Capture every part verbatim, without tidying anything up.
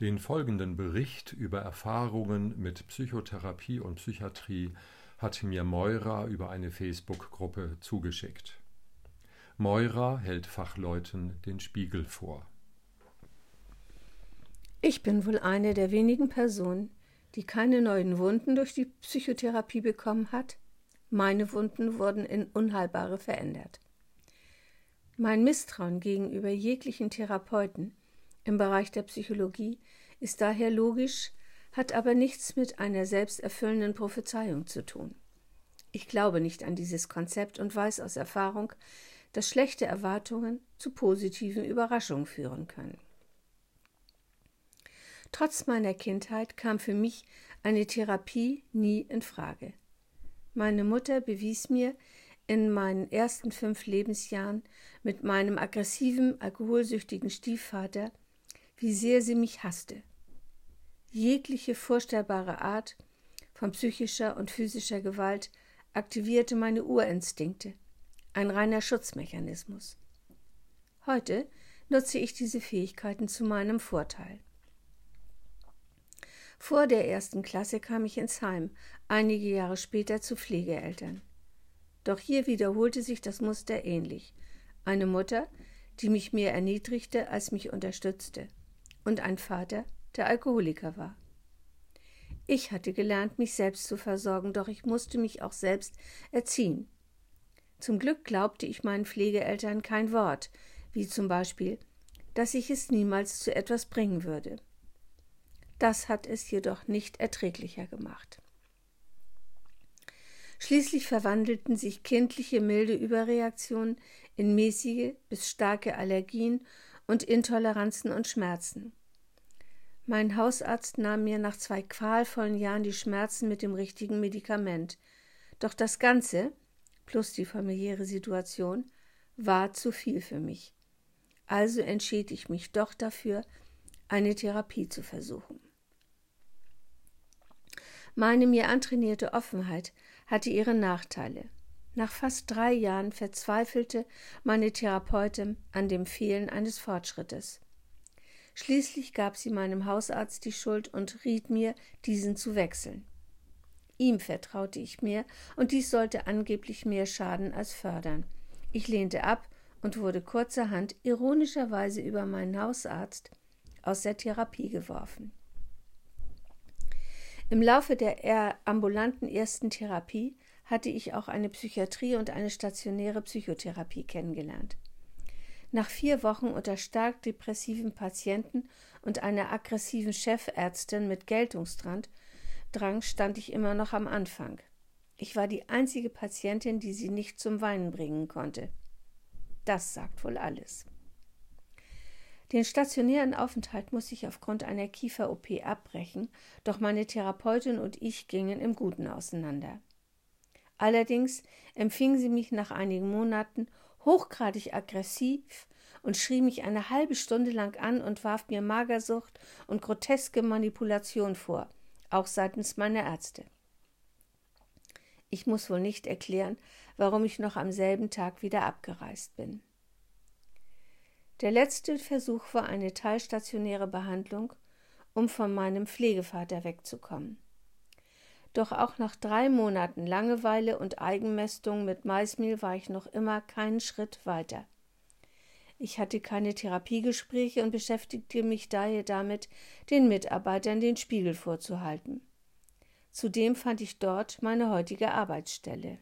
Den folgenden Bericht über Erfahrungen mit Psychotherapie und Psychiatrie hat mir Moira über eine Facebook-Gruppe zugeschickt. Moira hält Fachleuten den Spiegel vor. Ich bin wohl eine der wenigen Personen, die keine neuen Wunden durch die Psychotherapie bekommen hat. Meine Wunden wurden in unheilbare verändert. Mein Misstrauen gegenüber jeglichen Therapeuten im Bereich der Psychologie ist daher logisch, hat aber nichts mit einer selbsterfüllenden Prophezeiung zu tun. Ich glaube nicht an dieses Konzept und weiß aus Erfahrung, dass schlechte Erwartungen zu positiven Überraschungen führen können. Trotz meiner Kindheit kam für mich eine Therapie nie in Frage. Meine Mutter bewies mir in meinen ersten fünf Lebensjahren mit meinem aggressiven, alkoholsüchtigen Stiefvater, wie sehr sie mich hasste. Jegliche vorstellbare Art von psychischer und physischer Gewalt aktivierte meine Urinstinkte, ein reiner Schutzmechanismus. Heute nutze ich diese Fähigkeiten zu meinem Vorteil. Vor der ersten Klasse kam ich ins Heim, einige Jahre später zu Pflegeeltern. Doch hier wiederholte sich das Muster ähnlich. Eine Mutter, die mich mehr erniedrigte, als mich unterstützte. Und ein Vater, der Alkoholiker war. Ich hatte gelernt, mich selbst zu versorgen, doch ich musste mich auch selbst erziehen. Zum Glück glaubte ich meinen Pflegeeltern kein Wort, wie zum Beispiel, dass ich es niemals zu etwas bringen würde. Das hat es jedoch nicht erträglicher gemacht. Schließlich verwandelten sich kindliche milde Überreaktionen in mäßige bis starke Allergien und Intoleranzen und Schmerzen. Mein Hausarzt nahm mir nach zwei qualvollen Jahren die Schmerzen mit dem richtigen Medikament. Doch das Ganze, plus die familiäre Situation, war zu viel für mich. Also entschied ich mich doch dafür, eine Therapie zu versuchen. Meine mir antrainierte Offenheit hatte ihre Nachteile. Nach fast drei Jahren verzweifelte meine Therapeutin an dem Fehlen eines Fortschrittes. Schließlich gab sie meinem Hausarzt die Schuld und riet mir, diesen zu wechseln. Ihm vertraute ich mehr, und dies sollte angeblich mehr schaden als fördern. Ich lehnte ab und wurde kurzerhand ironischerweise über meinen Hausarzt aus der Therapie geworfen. Im Laufe der ambulanten ersten Therapie hatte ich auch eine Psychiatrie und eine stationäre Psychotherapie kennengelernt. Nach vier Wochen unter stark depressiven Patienten und einer aggressiven Chefärztin mit Geltungsdrang Drang stand ich immer noch am Anfang. Ich war die einzige Patientin, die sie nicht zum Weinen bringen konnte. Das sagt wohl alles. Den stationären Aufenthalt musste ich aufgrund einer Kiefer-O P abbrechen, doch meine Therapeutin und ich gingen im Guten auseinander. Allerdings empfing sie mich nach einigen Monaten hochgradig aggressiv und schrie mich eine halbe Stunde lang an und warf mir Magersucht und groteske Manipulation vor, auch seitens meiner Ärzte. Ich muss wohl nicht erklären, warum ich noch am selben Tag wieder abgereist bin. Der letzte Versuch war eine teilstationäre Behandlung, um von meinem Pflegevater wegzukommen. Doch auch nach drei Monaten Langeweile und Eigenmästung mit Maismehl war ich noch immer keinen Schritt weiter. Ich hatte keine Therapiegespräche und beschäftigte mich daher damit, den Mitarbeitern den Spiegel vorzuhalten. Zudem fand ich dort meine heutige Arbeitsstelle.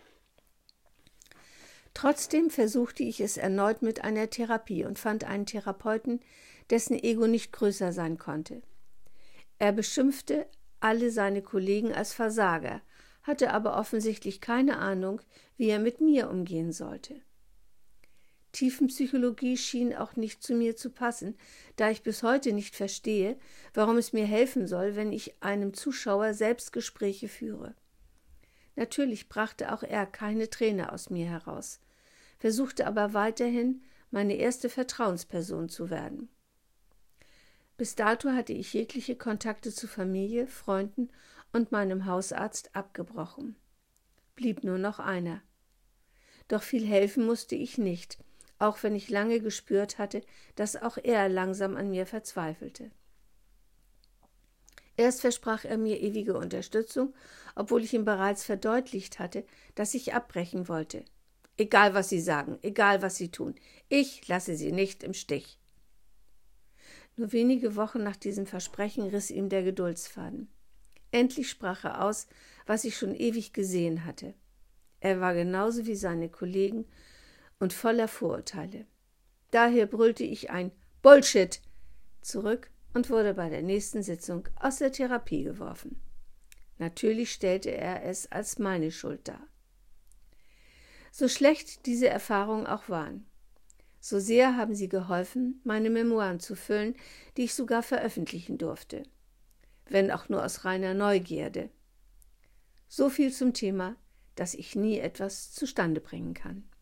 Trotzdem versuchte ich es erneut mit einer Therapie und fand einen Therapeuten, dessen Ego nicht größer sein konnte. Er beschimpfte alle seine Kollegen als Versager, hatte aber offensichtlich keine Ahnung, wie er mit mir umgehen sollte. Tiefenpsychologie schien auch nicht zu mir zu passen, da ich bis heute nicht verstehe, warum es mir helfen soll, wenn ich einem Zuschauer Selbstgespräche führe. Natürlich brachte auch er keine Träne aus mir heraus, versuchte aber weiterhin, meine erste Vertrauensperson zu werden. Bis dato hatte ich jegliche Kontakte zu Familie, Freunden und meinem Hausarzt abgebrochen. Blieb nur noch einer. Doch viel helfen musste ich nicht, auch wenn ich lange gespürt hatte, dass auch er langsam an mir verzweifelte. Erst versprach er mir ewige Unterstützung, obwohl ich ihm bereits verdeutlicht hatte, dass ich abbrechen wollte. Egal, was Sie sagen, egal, was Sie tun, ich lasse Sie nicht im Stich. Nur wenige Wochen nach diesem Versprechen riss ihm der Geduldsfaden. Endlich sprach er aus, was ich schon ewig gesehen hatte. Er war genauso wie seine Kollegen und voller Vorurteile. Daher brüllte ich ein Bullshit zurück und wurde bei der nächsten Sitzung aus der Therapie geworfen. Natürlich stellte er es als meine Schuld dar. So schlecht diese Erfahrungen auch waren, so sehr haben sie geholfen, meine Memoiren zu füllen, die ich sogar veröffentlichen durfte, wenn auch nur aus reiner Neugierde. So viel zum Thema, dass ich nie etwas zustande bringen kann.